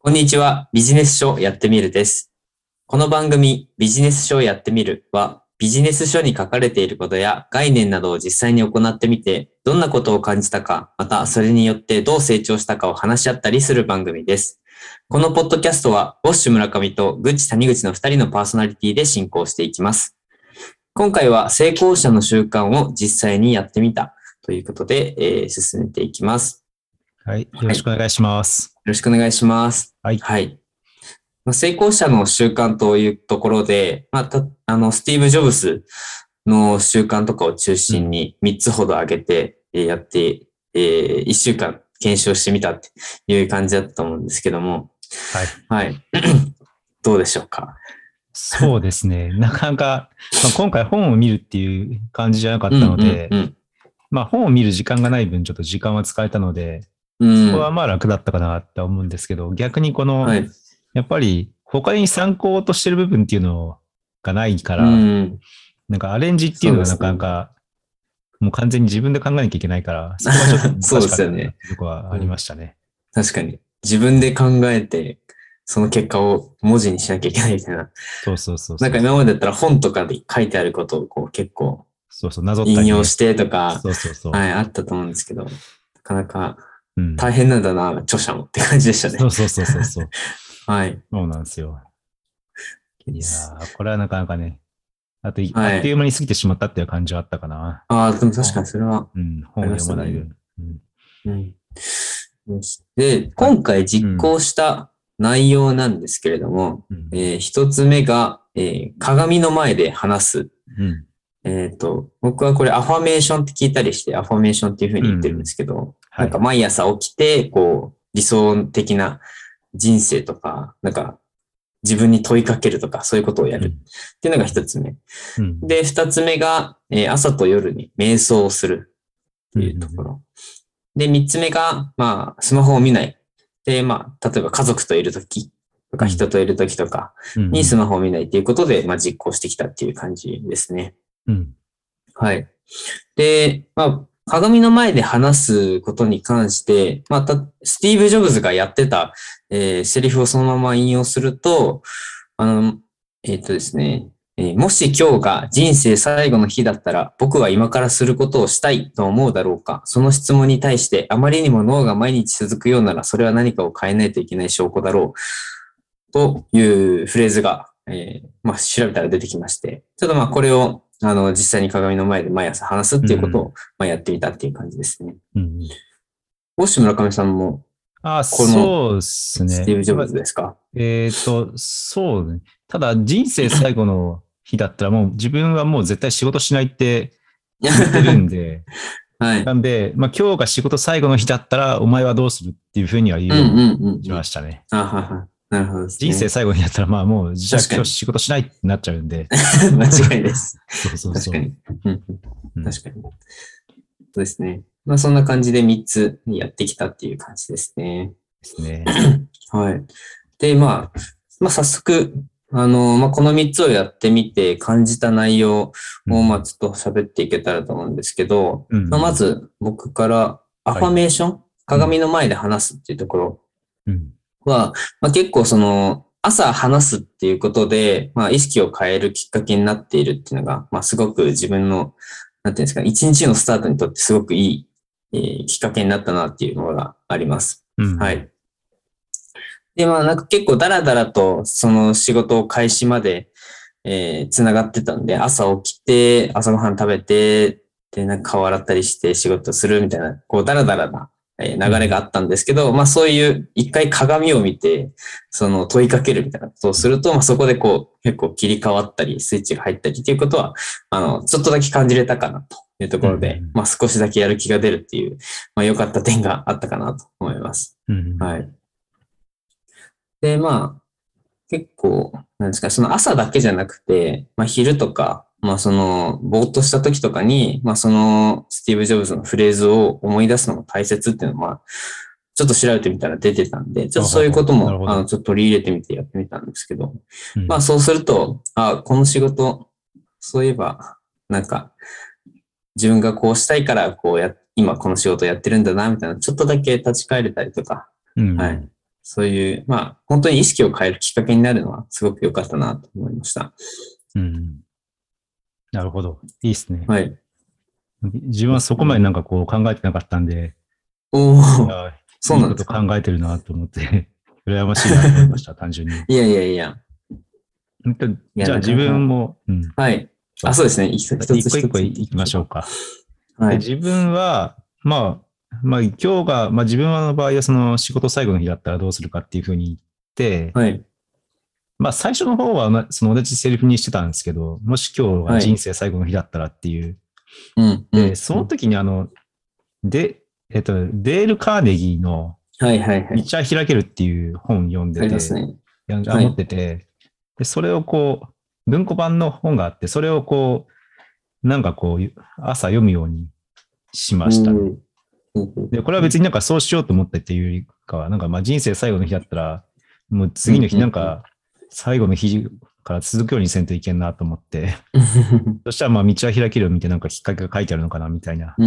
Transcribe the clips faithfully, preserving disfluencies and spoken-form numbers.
こんにちは。ビジネス書やってみるです。この番組、ビジネス書やってみるは、ビジネス書に書かれていることや概念などを実際に行ってみて、どんなことを感じたか、またそれによってどう成長したかを話し合ったりする番組です。このポッドキャストは、ボッシュ村上とグッチ谷口のふたりのパーソナリティで進行していきます。今回は成功者の習慣を実際にやってみたということで、えー、進めていきます。 はい。よろしくお願いします。 はい、よろしくお願いします。 はい。 はい。成功者の習慣というところで、まあ、たあの、スティーブ・ジョブズの習慣とかを中心にみっつほど挙げてやって、えー、いっしゅうかん検証してみたっていう感じだったと思うんですけども。 はい。 はい。どうでしょうか。 そうですね。なかなか、まあ、今回本を見るっていう感じじゃなかったので、 うんうんうん、 まあ本を見る時間がない分ちょっと時間は使えたので、 うん、 そこはまあ楽だったかなって思うんですけど、逆にこの、はい、やっぱり他に参考としてる部分っていうのがないから、うん、なんかアレンジっていうのがなかなか、もう完全に自分で考えなきゃいけないから、そこはちょっと難しかったなってとこはありましたね。 うん、確かに。自分で考えて、その結果を文字にしなきゃいけないみたいな。 そうそうそうそう。 なんか今までだったら本とかで書いてあることをこう結構、 そうそう、なぞったり、ね、 引用してとか、 そうそうそう。 はい、あったと思うんですけど、なかなか大変なんだな、うん、著者もって感じでしたね。 そうそうそうそうそう。 はい。 そうなんですよ。いやー、これはなかなかね、あと、 はい、 あっという間に過ぎてしまったっていう感じはあったかな。 ああ、でも確かにそれは、 うん、本を読まない分。 うん。で、今回実行した内容なんですけれども、うん、えー、一つ目が、えー、鏡の前で話す。うんえっと、僕はこれアファメーションって聞いたりして、アファメーションっていうふうに言ってるんですけど、うんはい、なんか毎朝起きて、こう、理想的な人生とか、なんか自分に問いかけるとか、そういうことをやるっていうのが一つ目。うん、で、二つ目が、えー、朝と夜に瞑想をするっていうところ。うん、で、三つ目が、まあ、スマホを見ない。で、まあ、例えば家族といるときとか、人といるときとかにスマホを見ないっていうことで、まあ、実行してきたっていう感じですね。うん、はい。で、まあ、鏡の前で話すことに関して、また、スティーブ・ジョブズがやってた、えー、セリフをそのまま引用すると、あの、えっとですね、えー、もし今日が人生最後の日だったら、僕は今からすることをしたいと思うだろうか。その質問に対して、あまりにも脳が毎日続くようなら、それは何かを変えないといけない証拠だろう。というフレーズが、えー、まあ、調べたら出てきまして、ちょっとまあ、これを、あの、実際に鏡の前で毎朝話すっていうことを、まあ、やってみたっていう感じですね。うん。もし村上さんも、 あ、そうですね。 スティーブ・ジョブズですか？ えっと、そうね。ただ、人生最後の日だったら、もう自分はもう絶対仕事しないって言ってるんで、はい。なんで、まあ今日が仕事最後の日だったら、お前はどうするっていうふうには言うようにしましたね。 あはは。なるほどですね。 人生最後になったら、まあもう、じゃあ今日仕事しないってなっちゃうんで。 間違いです。 そうそうそう。 確かに。うん、確かに。そうですね。まあそんな感じでみっつやってきたっていう感じですね。 ですね。 はい。で、まあ、まあ早速、あの、まあこのみっつをやってみて感じた内容を、まあちょっと喋っていけたらと思うんですけど、うんまあ、まず僕からアファメーション、はい、鏡の前で話すっていうところは、まあ、結構その、朝話すっていうことで、まあ、意識を変えるきっかけになっているっていうのが、まあ、すごく自分の、なんていうんですか、一日のスタートにとってすごくいい、えー、きっかけになったなっていうのがあります。うん、はい。で、まあ、なんか結構ダラダラと、その仕事を開始まで、えー、繋がってたんで、朝起きて、朝ごはん食べて、で、なんか顔洗ったりして仕事するみたいな、こう、ダラダラな流れがあったんですけど、うん、まあそういう一回鏡を見て、その問いかけるみたいなことをすると、まあそこでこう結構切り替わったり、スイッチが入ったりっていうことは、あの、ちょっとだけ感じれたかなというところで、うん、まあ少しだけやる気が出るっていう、まあ良かった点があったかなと思います。うん、はい。で、まあ、結構、なんですか、その朝だけじゃなくて、まあ昼とか、まあその、ぼーっとした時とかに、まあその、スティーブ・ジョブズのフレーズを思い出すのも大切っていうのは、まあ、ちょっと調べてみたら出てたんで、ちょっとそういうことも、あの、ちょっと取り入れてみてやってみたんですけど、うん、まあそうすると、あ、この仕事、そういえば、なんか、自分がこうしたいから、こうや、今この仕事やってるんだな、みたいな、ちょっとだけ立ち返れたりとか、うん、はい。 そういう、まあ、本当に意識を変えるきっかけになるのはすごく良かったなと思いました。 うん。なるほど。いいですね。 はい。 自分はそこまでなんかこう考えてなかったんで、 おお、そういいことなんですか。 考えてるなと思って、羨ましいなと思いました、単純に。 いやいやいや。 じゃあ自分も、 うん、はい。あ、そうですね。一つ一つ一個一個いきましょうか。 はい、 自分は、まあ、まあ今日が、まあ自分の場合はその仕事最後の日だったらどうするかっていうふうに言って、 はい、 まあ最初の方はその同じセリフにしてたんですけど、もし今日が人生最後の日だったらっていう。 はい、 で、その時にあの、で、えっと、デール・カーネギーの、 はいはいはい。 道は開けるっていう本読んでて、ありますね。 はい、 持ってて、で、それをこう、文庫版の本があって、それをこう、なんかこう、朝読むようにしましたね。で、これは別になんかそうしようと思ってっていうよりかは、なんかまあ人生最後の日だったら、もう次の日なんか、最後の日から続くようにせんといけんなと思って、そしたらまあ道は開けるを見てなんかきっかけが書いてあるのかなみたいな。 うん、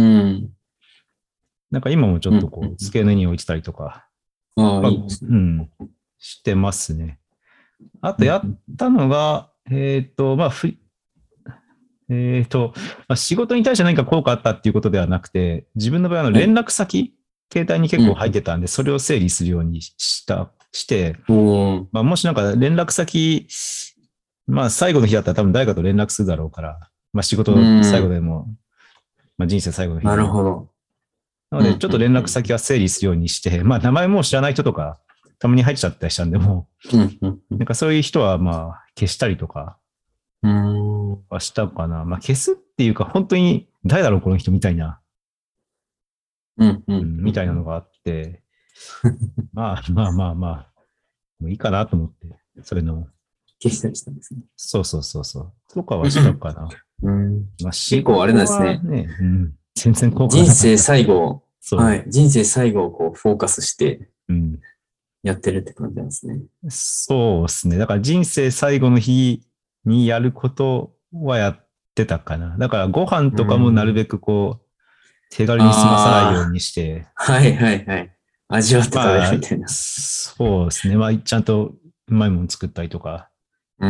なんか今もちょっとこう、机の上に置いてたりとか、 ああ、いいですね。 うん、してますね。あとやったのが、えっ、ー、と、まあ、ふえっ、ー、と、まあ、仕事に対して何か効果あったっていうことではなくて、自分の場合の連絡先、はい、携帯に結構入ってたんで、それを整理するようにした、して、まあ、もしなんか連絡先、まあ最後の日だったら多分誰かと連絡するだろうから、まあ仕事最後でも、まあ人生最後の日でも。 なるほど。 なのでちょっと連絡先は整理するようにして、まあ名前も知らない人とか、たまに入っちゃったりしたんでも、なんかそういう人はまあ消したりとか、はしたかな。まあ消すっていうか、本当に誰だろうこの人みたいな、 うんうん、 みたいなのがあって、まあまあまあまあ、もういいかなと思って、それの。 消したりしたんですね。 そうそうそうそう。とかはしたかな。 うん、 まあ、 結構あれなんですね。 ね、うん、全然効果人生最後、 はい。 人生最後をこうフォーカスしてやってるって感じなんですね。 うん、そうですね。だから人生最後の日にやることはやってたかな。だからご飯とかもなるべくこう、手軽に済まさないようにして。 はいはいはい。味わって食べるみたいな。 まあ、そうですね。まあ、ちゃんとうまいもの作ったりとか。 うん。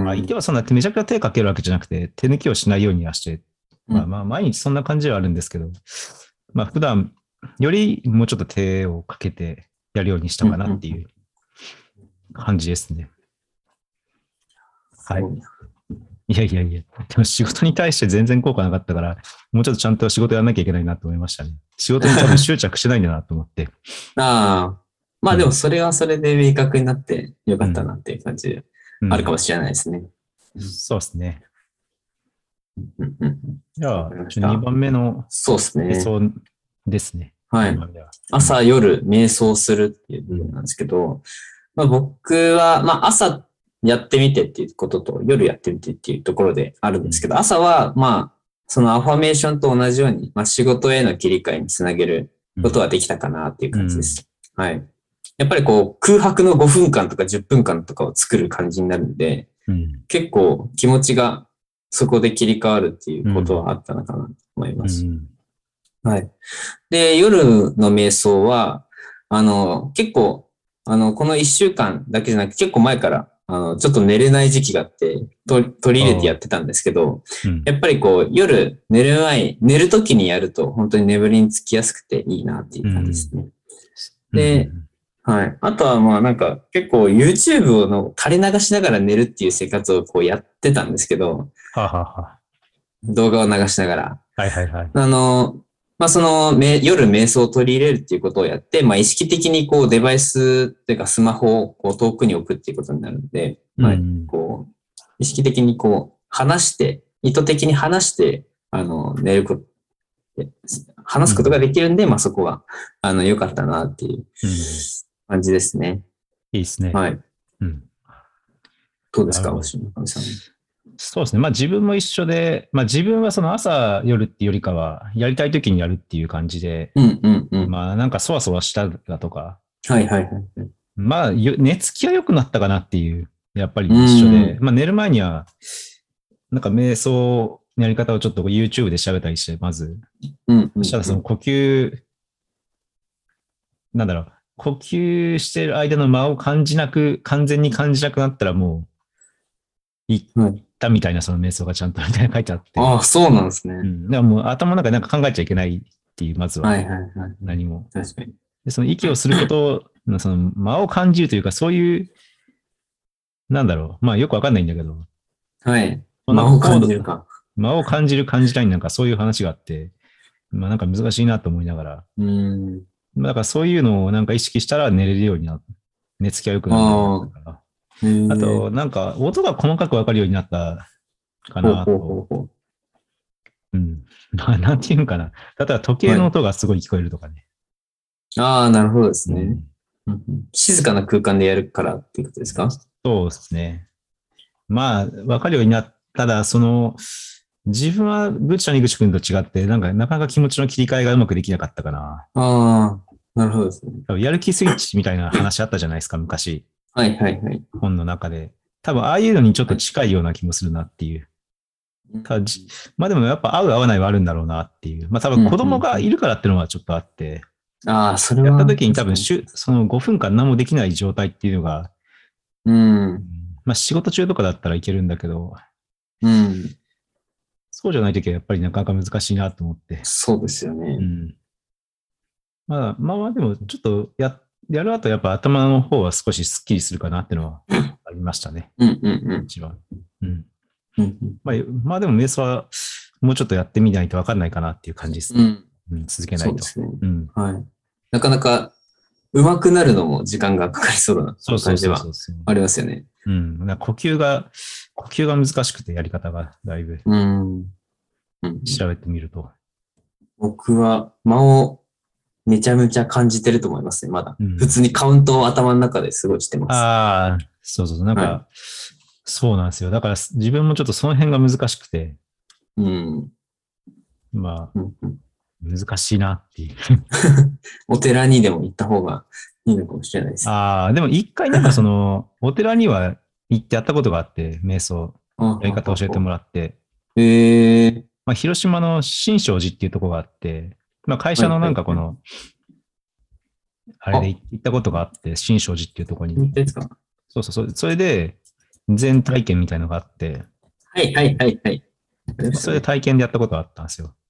相手はそんなめちゃくちゃ手かけるわけじゃなくて、手抜きをしないようにはして、まあまあ毎日そんな感じはあるんですけど、まあ普段よりもうちょっと手をかけてやるようにしたかなっていう感じですね。はい。いやいやいや、でも仕事に対して全然効果なかったから、もうちょっとちゃんと仕事やらなきゃいけないなと思いましたね。仕事に多分執着してないんだなと思って。 ああ。まあでもそれはそれで明確になってよかったなっていう感じであるかもしれないですね。うんうん、そうですね。 うんうん、 じゃあ、にばんめのそうですね。 瞑想ですね。 はい。朝、うん、夜、瞑想するっていう部分なんですけど、うん、まあ、僕は、まあ、朝やってみてっていうことと、夜やってみてっていうところであるんですけど、うん、朝は、まあ、そのアファメーションと同じように、まあ、仕事への切り替えにつなげることはできたかなっていう感じです。うん、はい。やっぱりこう、空白のごふんかんとかじゅっぷんかんとかを作る感じになるんで、うん、結構気持ちがそこで切り替わるっていうことはあったのかなと思います。うんうん、はい。で、夜の瞑想は、あの、結構、あの、この一週間だけじゃなくて結構前から、あの、ちょっと寝れない時期があって、取り入れてやってたんですけど、うん、やっぱりこう、夜寝る前、寝る時にやると本当に眠りにつきやすくていいなっていう感じですね。うん、で、はい。あとはまあなんか結構 YouTube の垂れ流しながら寝るっていう生活をこうやってたんですけど、 ははは動画を流しながら。 はいはいはい。 あの、まあ、その、夜瞑想を取り入れるっていうことをやって、まあ、意識的にこう、デバイスっていうかスマホをこう遠くに置くっていうことになるので、まあ、こう、意識的にこう、離して、意図的に離して、あの、寝ること、話すことができるんで、うん、まあ、そこは、あの、良かったなっていう感じですね。 いいですね。 はい。うん。どうですか、星野さん。 そうですね。まあ自分も一緒で、まあ自分はその朝夜っていうよりかは、やりたい時にやるっていう感じで、 うんうんうん、 まあなんかそわそわしただとか、 はいはいはい。 まあ寝つきは良くなったかなっていう、やっぱり一緒で、まあ寝る前には、なんか瞑想のやり方をちょっと YouTube で調べたりして、まず、うんうんうん、そしたらその呼吸、なんだろう、 呼吸してる間の間を感じなく、完全に感じなくなったらもう、いったみたいな、その瞑想がちゃんとみたいな書いてあって。 ああ、そうなんですね。 うん。だからもう頭の中でなんか考えちゃいけないっていう、まずは。 はいはいはい。 何も。 確かに。 で、その息をすることの、その間を感じるというか、そういう、なんだろう。まあよくわかんないんだけど。 はい。間を感じるか。 間を感じる感じないなんかそういう話があって、まあなんか難しいなと思いながら。 うん。 だからそういうのをなんか意識したら寝れるようになる。寝つきが良くなるようになったから。あと、なんか音が細かくわかるようになったかなと。ほうほうほうほう。うん。なんていうんかな。例えば時計の音がすごい聞こえるとかね。 はい、ああ、なるほどですね、うん。静かな空間でやるからっていうことですか？ そうですね。まあ、わかるようになったら、その、自分はぐちゃにぐちくんと違って、なんかなかなか気持ちの切り替えがうまくできなかったかな。 ああ、なるほどですね。 やる気スイッチみたいな話あったじゃないですか、昔。 はいはいはい。 本の中で。多分、ああいうのにちょっと近いような気もするなっていう。ただまあでもやっぱ合う合わないはあるんだろうなっていう。まあ多分子供がいるからっていうのはちょっとあって。 ああ、それは。 やった時に多分、そのごふんかん何もできない状態っていうのが、 うん。 まあ仕事中とかだったらいけるんだけど、 うん。 そうじゃない時はやっぱりなかなか難しいなと思って。 そうですよね。 うん。まあまあでもちょっとや、やる後やっぱ頭の方は少しスッキリするかなっていうのはありましたね。 うんうんうん。 一番。うん。うん、まあ、まあでも瞑想はもうちょっとやってみないと分かんないかなっていう感じですね。うんうん、続けないと。そうですね。うん、 はい。なかなか上手くなるのも時間がかかりそうだな感じはありますよね。 うん。呼吸が、呼吸が難しくてやり方がだいぶ。 うん。 調べてみると。 僕は間をめちゃめちゃ感じてると思いますね、まだ。うん、普通にカウントを頭の中ですごいしてます。 ああ、そうそう。なんか、はい、そうなんですよ。だから自分もちょっとその辺が難しくて。 うん。 まあ、うんうん、難しいなっていう。 お寺にでも行った方がいいのかもしれないです。 ああ、でも一回なんかその、お寺には行ってやったことがあって、瞑想、やり方教えてもらって。 へえ。 まあ、広島の新勝寺っていうところがあって、まあ、会社のなんかこの、あれで行ったことがあって、新勝寺っていうところに。そうそうそう。それで、全体験みたいのがあって。 はいはいはいはい。 それで体験でやったことがあったんですよ。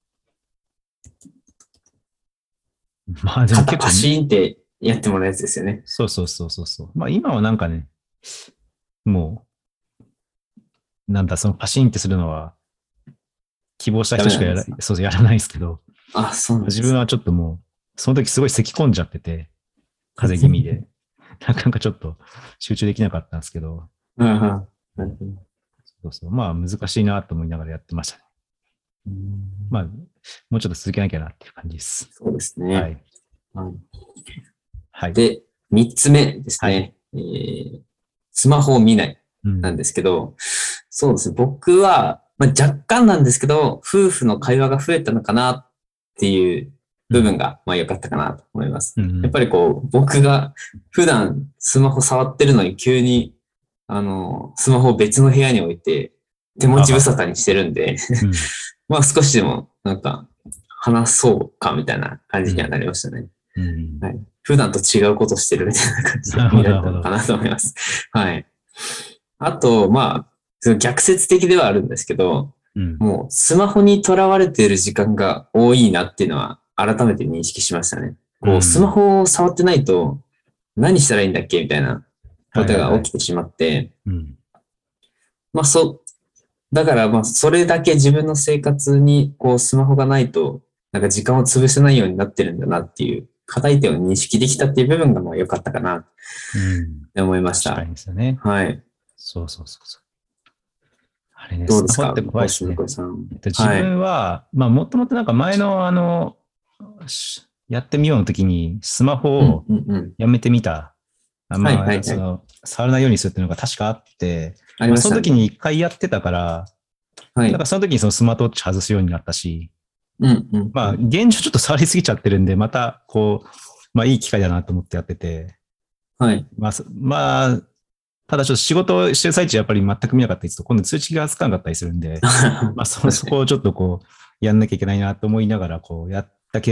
まあでも結構。パシーンってやってもらうやつですよね。 そうそうそうそうそう。まあ今はなんかね、もう、なんだ、そのパシーンってするのは、希望した人しかやらそうやらないですけど。 あ、そうなんです。 自分はちょっともう、その時すごい咳込んじゃってて、風邪気味で。なかなかちょっと集中できなかったんですけど。 うんうん、 そうそう。まあ難しいなと思いながらやってましたね。うんまあ、もうちょっと続けなきゃなっていう感じです。 そうですね。はい。 はい、 で、三つ目ですね、はいえー。スマホを見ないなんですけど、うん、そうですね。僕は、まあ、若干なんですけど、夫婦の会話が増えたのかなっていう部分が、まあ良かったかなと思います。うん、やっぱりこう、僕が普段スマホ触ってるのに急に、あの、スマホを別の部屋に置いて、手持ち無沙汰にしてるんで、うん、まあ少しでもなんか話そうかみたいな感じにはなりましたね。うんうんはい、普段と違うことしてるみたいな感じで見られたのかなと思います。はい。あと、まあ、逆説的ではあるんですけど、うん、もうスマホにとらわれている時間が多いなっていうのは改めて認識しましたね。こう、スマホを触ってないと何したらいいんだっけみたいなことが起きてしまって、まあそう、だからまあそれだけ自分の生活にこうスマホがないとなんか時間を潰せないようになってるんだなっていう課題点を認識できたっていう部分がまあ良かったかなって思いました。 うん、確かにですよね。 はい。 そうそうそうそう。あれね、 どうですか、 スマホって怖いですね。 さんえっと、自分は、はい、まあもともとなんか前のあの、やってみようの時にスマホをやめてみた。うんうんうん、まあ、その、触らないようにするっていうのが確かあって、ありましたね、まあ、その時に一回やってたから、はい、なんかその時にそのスマートウォッチ外すようになったし、 うんうんうん、 まあ現状ちょっと触りすぎちゃってるんで、またこう、まあいい機会だなと思ってやってて、 はい。 まあ、まあ、ただちょっと仕事をしてる最中やっぱり全く見なかったりすると、今度通知がつかなかったりするんで、まあそ、そこをちょっとこう、やんなきゃいけないなと思いながら、こう、やった結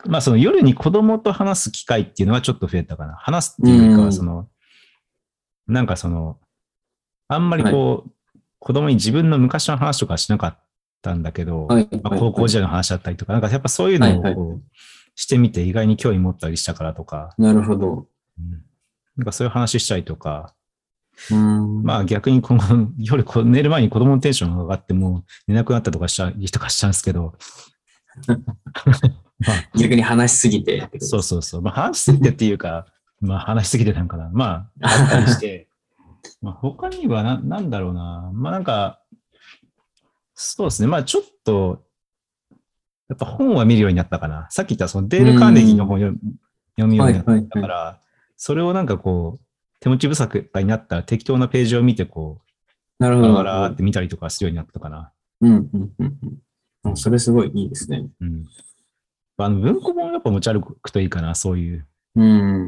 まあその夜に子供と話す機会っていうのはちょっと増えたかな。話すっていうよりかは、その、うん、なんかその、あんまりこう、はい、子供に自分の昔の話とかしなかったんだけど、はいまあ、高校時代の話だったりとか、なんかやっぱそういうのをこう、はいはい、してみて意外に興味持ったりしたからとか。 なるほど。 うん、なんかそういう話したりとか、 うんまあ逆にこの夜寝る前に子供のテンションが上がってもう寝なくなったとかしたりとかしたんですけど。 まあ、逆に話しすぎて。 そうそうそう。まあ話しすぎてっていうか、まあ話しすぎてなんかな。まあ、あったりして。まあ他にはな、なんだろうな。まあなんか、そうですね。まあちょっと、やっぱ本は見るようになったかな。さっき言ったそのデール・カーネギーの本を読むようになったから、はいはいはい、それをなんかこう、手持ち無沙汰になったら適当なページを見てこう、 なるほど。 ガラガラって見たりとかするようになったかな。 うん、うん、うん。うん、それすごいいいですね。 うん。あの文庫本やっぱ持ち歩くといいかな、そういう。 うん。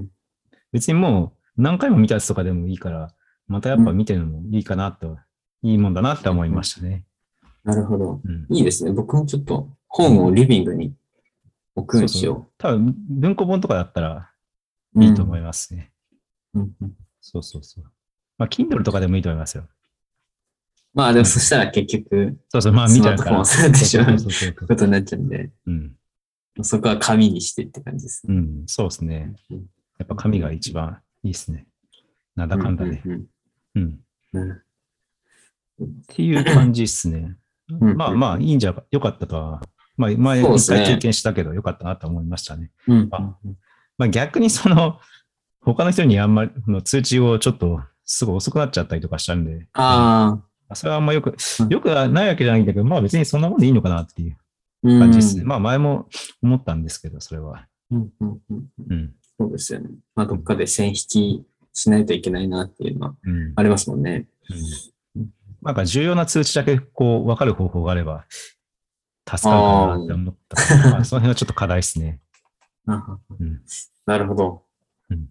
別にもう何回も見たやつとかでもいいから、またやっぱ見てるのもいいかなと、うん、いいもんだなって思いましたね。 なるほど、うん。いいですね。僕もちょっと本をリビングに置くようにしよう。そうそう多分文庫本とかだったらいいと思いますね。 うんうん、 そうそうそう。まあ、Kindle とかでもいいと思いますよ。 まあでもそしたら結局、 そうそう、まあ見ちゃうから。 スマートフォンをされてしまうことになっちゃうんで、うん、そこは紙にしてって感じですね。うん、そうですね。やっぱ紙が一番いいですね。なんだかんだで。うん、うんうん。っていう感じですね。まあまあいいんじゃよかったとは、まあ前一回経験したけどよかったなと思いましたね。 うんあまあ、逆にその、他の人にあんまりの通知をちょっとすぐ遅くなっちゃったりとかしたんで、 ああ、それはあんまよく、よくはないわけじゃないんだけど、まあ別にそんなもんでいいのかなっていう感じですね。まあ前も思ったんですけど、それは。 うんうんうんうん、そうですよね。まあどっかで線引きしないといけないなっていうのはありますもんね。 うんうん、なんか重要な通知だけこう分かる方法があれば助かるかなって思ったから、まあ、その辺はちょっと課題ですね。 うん、なるほど。 うん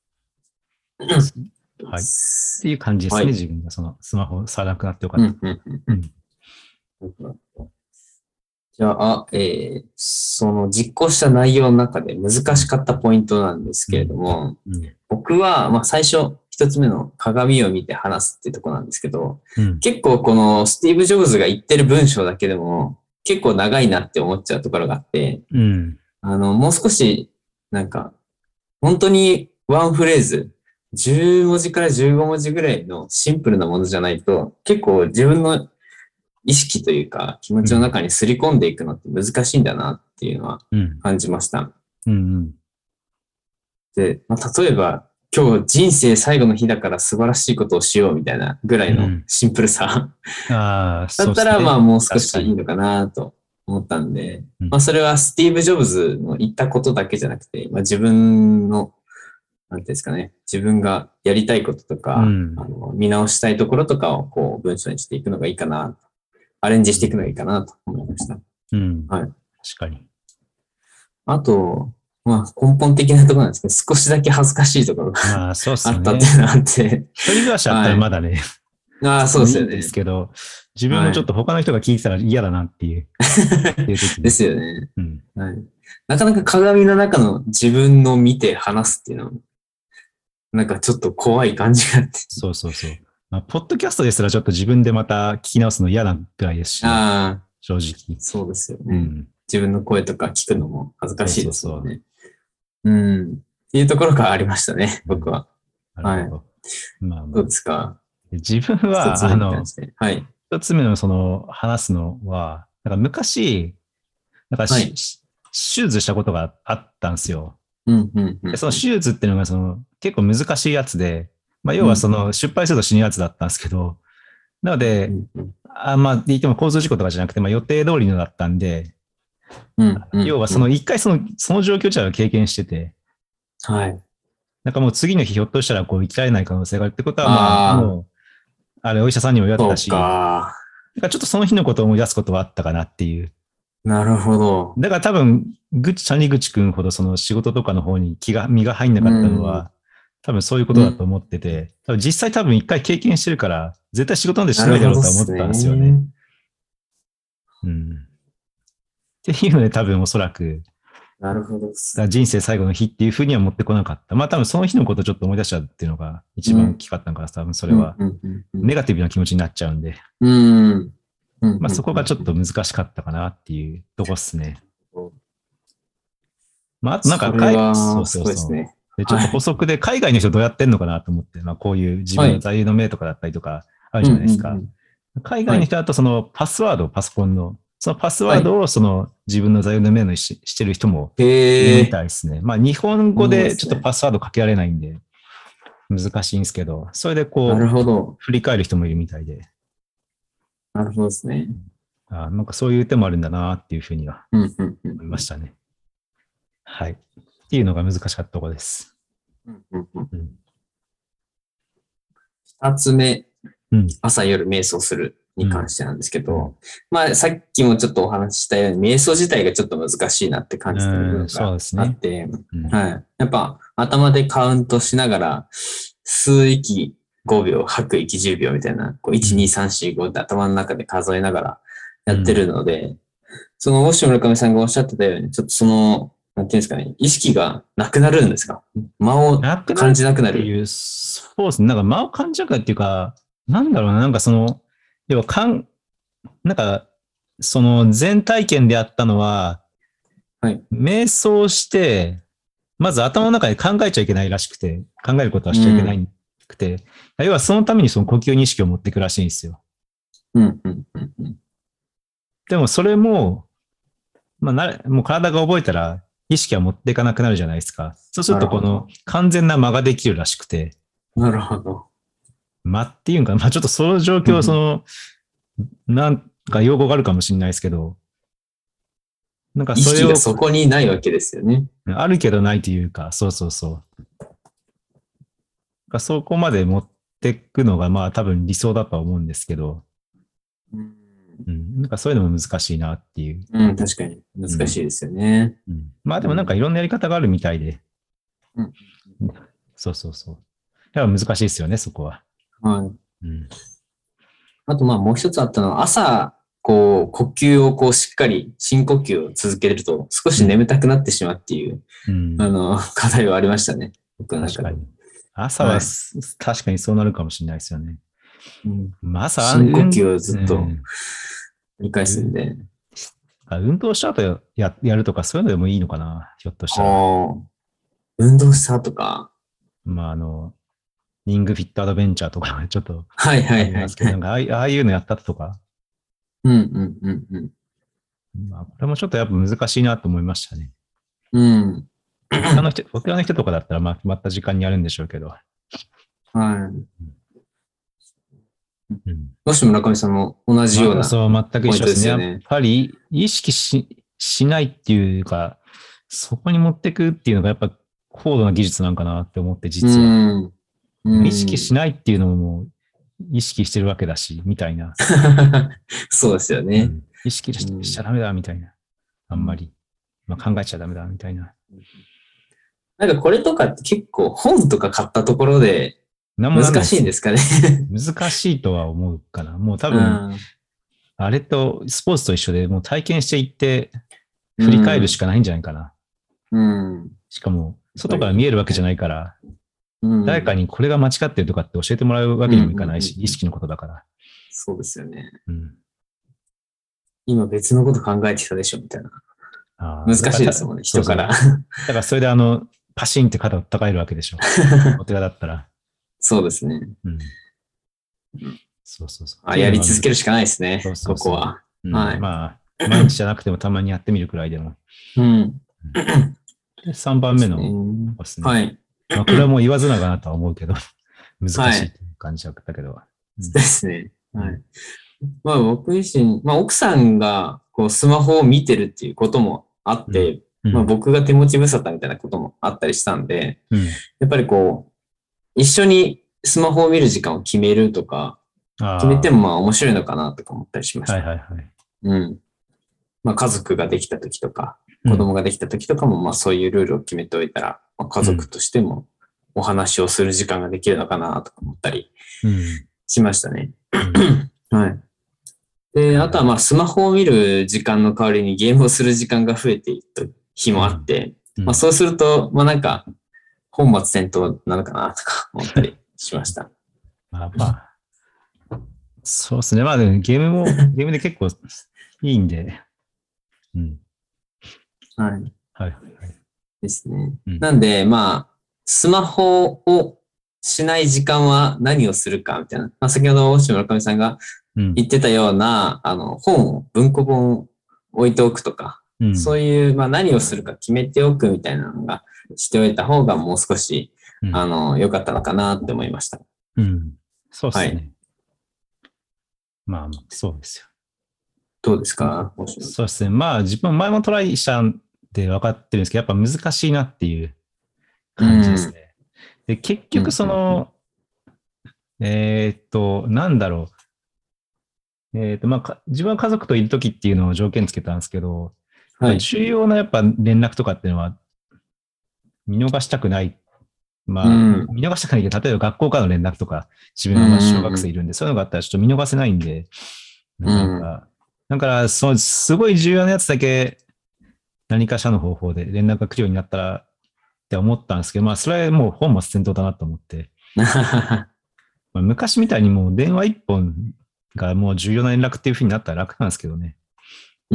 はい。っていう感じですね、はい、自分がそのスマホさなくなってよかった。うんうんうん、じゃあ、えー、その実行した内容の中で難しかったポイントなんですけれども、うんうん、僕は、まあ、最初一つ目の鏡を見て話すっていうところなんですけど、うん、結構このスティーブ・ジョブズが言ってる文章だけでも結構長いなって思っちゃうところがあって、 うん、 あの、もう少しなんか本当にワンフレーズ、じゅう文字からじゅうご文字ぐらいのシンプルなものじゃないと、結構自分の意識というか気持ちの中にすり込んでいくのって難しいんだなっていうのは感じました。 うんうん、 で、まあ、例えば今日人生最後の日だから素晴らしいことをしようみたいなぐらいのシンプルさ、 うん、あだったらまあもう少しいいのかなと思ったんで、まあそれはスティーブ・ジョブズの言ったことだけじゃなくて、まあ自分のなんていうんですかね、自分がやりたいこととか、うん、あの見直したいところとかをこう文章にしていくのがいいかな、アレンジしていくのがいいかなと思いました。 うん。 はい。 確かに。 あと、まあ根本的なところなんですけど、少しだけ恥ずかしいところが、まあ、そうっすね、あったっていうのがあって。 一人暮らしあったらまだね。はい、 ああ、そうですよね。 いいんですけど、自分もちょっと他の人が聞いてたら嫌だなっていう。 はい、ですよね、うんはい。なかなか鏡の中の自分の見て話すっていうのは、なんかちょっと怖い感じがあって。 そうそうそう。まあ、ポッドキャストですらちょっと自分でまた聞き直すの嫌なぐらいですし、ね、 あ正直。 そうですよね、うん。自分の声とか聞くのも恥ずかしいですよね。そうそうそううん。っていうところがありましたね、僕は。 うん、なるほど。はい、まあまあ、 どうですか？ 自分は、あの、 はい。 一つ目のその話すのは、なんか昔、なんか、はい、手術したことがあったんですよ。 うんうんうん、 その手術っていうのがその結構難しいやつで、まあ、要はその失敗すると死ぬやつだったんですけど、なので、うんうん、あまあ言っても交通事故とかじゃなくて、まあ、予定通りのだったんで、 うんうんうん、 要はその一回そのその状況自体を経験してて、 はい。 なんかもう次の日ひょっとしたらこう生きられない可能性があるってことは、まあもう、あれお医者さんにも言われたし、 そうか。 なんかちょっとその日のことを思い出すことはあったかなっていう。 なるほど。 だから多分、ぐち、谷口くんほどその仕事とかの方に気が、身が入んなかったのは、うん、多分そういうことだと思ってて、多分実際多分一回経験してるから、絶対仕事なんてしないだろうと思ったんですよね。うん。っていうので多分おそらく、 なるほど。 人生最後の日っていうふうには持ってこなかった。まあ多分その日のことをちょっと思い出しちゃうっていうのが一番大きかったのから、多分それはネガティブな気持ちになっちゃうんで。 うん。 まあそこがちょっと難しかったかなっていうとこっすね。まああとなんか海外、そうそうそう。でちょっと補足で海外の人どうやってんのかなと思って、まあこういう自分の座右の銘とかだったりとかあるじゃないですか。海外の人だとそのパスワード、パソコンの、そのパスワードをその自分の座右の銘のししてる人もいるみたいですね。まあ日本語でちょっとパスワードかけられないんで難しいんですけど、それでこう、 なるほど。 振り返る人もいるみたいで。 なるほどですね。 あなんかそういう手もあるんだなっていうふうには思いましたね。はい。っていうのが難しかったところです。 二つ目、 うん、 朝夜瞑想するに関してなんですけど、うん、まあさっきもちょっとお話ししたように、瞑想自体がちょっと難しいなって感じてる部分があって、ねうん、はい。やっぱ頭でカウントしながら、吸う息ごびょう、吐く息じゅうびょうみたいな、こういち、に、さん、よん、ごって頭の中で数えながらやってるので、うん、その、もし村上さんがおっしゃってたように、ちょっとその、なんていうんですかね、意識がなくなるんですか？間を感じなくなる。 っていう、そうですね。なんか間を感じなくなるっていうか、なんだろうな、なんかその、要はかん、なんか、その全体験であったのは、 はい、 瞑想して、まず頭の中で考えちゃいけないらしくて、考えることはしちゃいけないくて、うん、要はそのためにその呼吸に意識を持っていくらしいんですよ。 うんうんうんうん、 でもそれも、まあな、もう体が覚えたら意識は持っていかなくなるじゃないですか。そうするとこの完全な間ができるらしくて。 なるほど。 間っていうんか、まあちょっとその状況、その、なんか用語があるかもしれないですけど、 なんかそれを。意識がそこにないわけですよね。 あるけどないというか、そうそうそう。そこまで持っていくのが、まあ多分理想だとは思うんですけど、 うんうん、なんかそういうのも難しいなっていう。 うん、確かに難しいですよね。 うんうん、まあでもなんかいろんなやり方があるみたいで。 うん、 そうそうそう。だから難しいですよね、そこは。 はい。うん、あとまあもう一つあったのは、朝、こう、呼吸をこうしっかり深呼吸を続けると少し眠たくなってしまうっていう、うん、あの、課題はありましたね。僕の中で。 確かに。朝は、はい、確かにそうなるかもしれないですよね。 うん、 まあ、朝、 深呼吸をずっと繰り返すんで。うん運動した後 や, やるとかそういうのでもいいのかな、ひょっとしたら。 運動した後か。 まあ、あの、リングフィットアドベンチャーとかちょっと。 はいはいはい、はい。 なんかああいうのやったとか。 うんうんうんうん。 まあ、これもちょっとやっぱ難しいなと思いましたね。 うん。 他の人、他の人とかだったらまあ決まった時間にやるんでしょうけど。 はい。うん、どうしても村上さんも同じような、 そう、全く一緒ですね。やっぱり意識し、しないっていうか、そこに持ってくっていうのがやっぱ高度な技術なんかなって思って、実は。うんうん、意識しないっていうのも意識してるわけだし、みたいな。 そうですよね。うん、 意識しちゃダメだ、みたいな。あんまり。まあ、考えちゃダメだ、みたいな。 なんかこれとかって結構本とか買ったところで難しいんですかね。 難しいとは思うかな。もう多分、あれとスポーツと一緒でもう体験していって振り返るしかないんじゃないかな。 うん、 しかも、外から見えるわけじゃないから、うん、誰かにこれが間違ってるとかって教えてもらうわけにもいかないし、意識のことだから。 そうですよね。 うん、 今別のこと考えてたでしょみたいな。難しいですもんね、人から。 そうそうだからそれであの、パシンって肩を叩えるわけでしょ。お寺だったら。 そうですね。 うん。そうそうそう。 あ、やり続けるしかないですね、そうそうそうここは、 うん。はい。まあ、毎日じゃなくてもたまにやってみるくらいでも。 うん。 でさんばんめのですね。はい。まあ、これはもう言わずながらとは思うけど、難しいっていう感じだったけど。はい、 ですね。はい。まあ僕自身、まあ奥さんがこうスマホを見てるっていうこともあって、うん、まあ僕が手持ち無沙汰みたいなこともあったりしたんで、うん、やっぱりこう、一緒にスマホを見る時間を決めるとか、決めてもまあ面白いのかなとか思ったりしました。 はいはいはい。 うん。まあ家族ができた時とか、子供ができた時とかもまあそういうルールを決めておいたら、まあ、家族としてもお話をする時間ができるのかなとか思ったりしましたね。うん、はい。で、あとはまあスマホを見る時間の代わりにゲームをする時間が増えてい日もあって、 うん、 まあそうすると、まあなんか、本末転倒なのかなとか思ったりしました。 まあまあ、そうですね。まあでもゲームも、ゲームで結構いいんで。うん。 はい。 はい。はい。 ですね。うん、なんで、まあ、スマホをしない時間は何をするかみたいな。まあ、先ほど、村上さんが言ってたような、うん、あの、本を、文庫本を置いておくとか、うん、そういう、まあ何をするか決めておくみたいなのがしておいた方がもう少し、うん、あの、良かったのかなって思いました。 うん。そうですね。はい、まあ、そうですよ。 どうですか？ そうですね。まあ、自分前もトライしたんで分かってるんですけど、やっぱ難しいなっていう感じですね。うん、で、結局その、うん、えー、っと、なんだろう。えー、っと、まあ、自分は家族といるときっていうのを条件つけたんですけど、はい、重要なやっぱ連絡とかっていうのは見逃したくない。まあ、うん、見逃したくないけど、例えば学校からの連絡とか、自分はまあ小学生いるんで、うん、そういうのがあったらちょっと見逃せないんで、なんか、だから、そう、すごい重要なやつだけ何かしらの方法で連絡が来るようになったらって思ったんですけど、まあ、それはもう本末転倒だなと思って。まあ昔みたいにもう電話一本がもう重要な連絡っていう風になったら楽なんですけどね。 うん。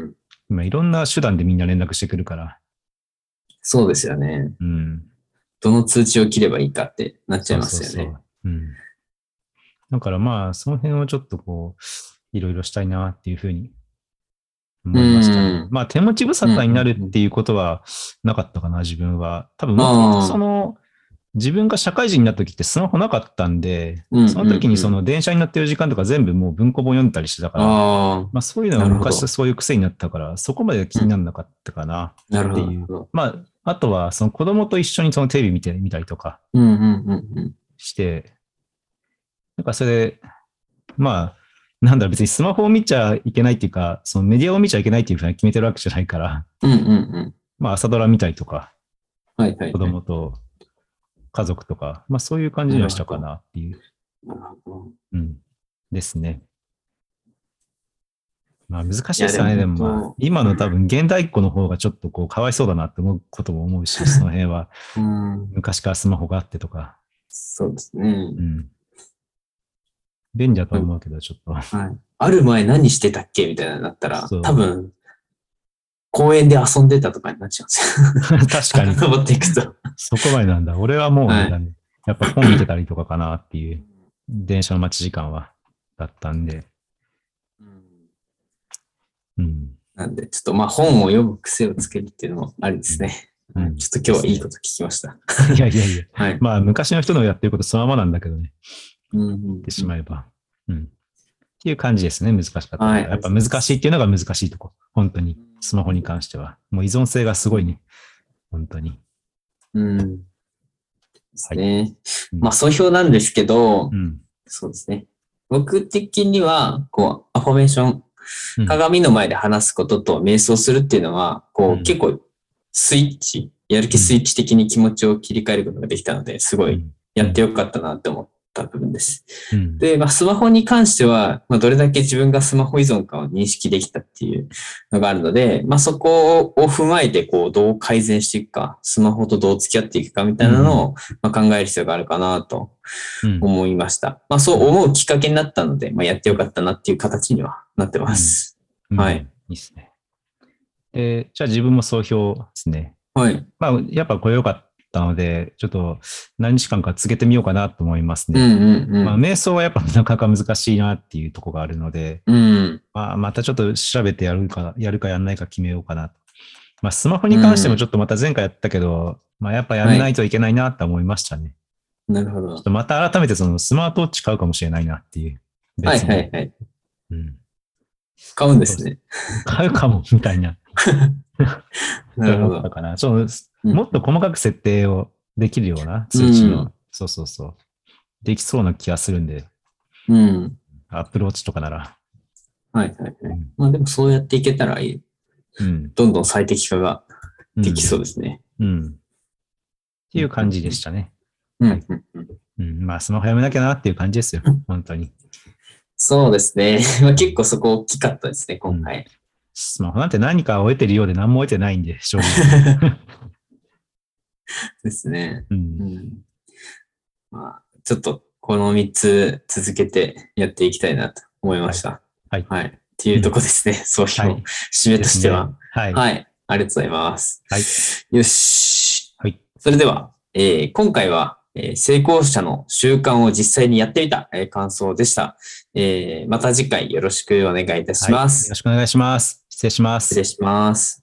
今いろんな手段でみんな連絡してくるから。 そうですよね。うん。どの通知を切ればいいかってなっちゃいますよね。そうそうそう。うん。 だからまあ、その辺をちょっとこう、いろいろしたいなっていう風に思いましたね。まあ、手持ち無沙汰になるっていうことはなかったかな、自分は。多分、もともとその、自分が社会人になった時ってスマホなかったんで、その時にその電車に乗ってる時間とか全部もう文庫本読んだりしてたから、まあそういうのは昔そういう癖になったから、そこまで気にならなかったかなっていう。まあ、あとはその子供と一緒にそのテレビ見てみたりとかして、なんかそれで、まあ、なんだろう別にスマホを見ちゃいけないっていうか、そのメディアを見ちゃいけないっていうふうに決めてるわけじゃないから、 うんうんうん、 まあ朝ドラ見たりとか、 はいはいはい、 子供と家族とか、まあそういう感じにはしたかなっていう。うん。ですね。まあ難しいですよね。でもまあ、今の多分現代っ子の方がちょっとこうかわいそうだなって思うことも思うし、その辺は。昔からスマホがあってとか。 そうですね。うん。 便利だと思うけど、ちょっと、はい。 ある前何してたっけみたいなのだったら、多分、公園で遊んでたとかになっちゃうんですよ。 確かに。 登っていくと。 そこまでなんだ。俺はもうあれだね。はい、やっぱ本見てたりとかかなっていう、電車の待ち時間は、だったんで。 うん。なんで、ちょっとまあ本を読む癖をつけるっていうのもありですね。うんはい、ちょっと今日はいいこと聞きました。 いやいやいや。はい、まあ昔の人のやってることそのままなんだけどね。うんうんうん、言ってしまえば。うん。っていう感じですね。難しかった。はい、やっぱ難しいっていうのが難しいとこ。本当に。スマホに関しては。もう依存性がすごいね。本当に。 うん。ですね。はい、まあ総評なんですけど、うん、そうですね。僕的には、こう、アフォメーション、鏡の前で話すことと瞑想するっていうのは、こう、うん、結構スイッチ、やる気スイッチ的に気持ちを切り替えることができたので、すごいやってよかったなって思った部分です。うん、で、まあ、スマホに関しては、まあ、どれだけ自分がスマホ依存かを認識できたっていうのがあるので、まあ、そこを踏まえて、こう、どう改善していくか、スマホとどう付き合っていくかみたいなのを、まあ、考える必要があるかなと思いました。うん、まあ、そう思うきっかけになったので、まあ、やってよかったなっていう形にはなってます。うんうん、はい。いいですね。えー、じゃあ自分も総評ですね。 はい。 まあ、やっぱこれ良かったので、ちょっと何日間か続けてみようかなと思いますね。 うんうんうん、 まあ、瞑想はやっぱなかなか難しいなっていうところがあるので、 うん、 まあ、またちょっと調べてやるか、やるかやんないか決めようかなと。まあ、スマホに関してもちょっとまた前回やったけど、うん、まあ、やっぱやんないといけないなって思いましたね。 はい、なるほど。 ちょっとまた改めてそのスマートウォッチ買うかもしれないなっていう。 はいはいはい。うん、買うんですね。 買うかも、みたいな。 なるほど。 思ったかな。ちょっともっと細かく設定をできるような通知の、うん、そうそうそう。できそうな気がするんで。うん。アップルウォッチとかなら。 はいはいはい。うん、まあでもそうやっていけたらいい。うん。どんどん最適化ができそうですね。 うん。うん、っていう感じでしたね。うん。はい、うん。まあスマホやめなきゃなっていう感じですよ。本当に。 そうですね。まあ結構そこ大きかったですね、今回。うん、 スマホなんて何かを得てるようで何も得てないんで、正直。 ですね。 うん。 うん、まあ、ちょっとこのみっつ続けてやっていきたいなと思いました。 はい。 はい。はい、っていうとこですね。うん、そういう締めとしては、ね。はい。はい。ありがとうございます。 はい。 よし。 はい。 それでは、えー、今回は、えー、成功者の習慣を実際にやってみた、えー、感想でした、えー。また次回よろしくお願いいたします。 はい、よろしくお願いします。失礼します。 失礼します。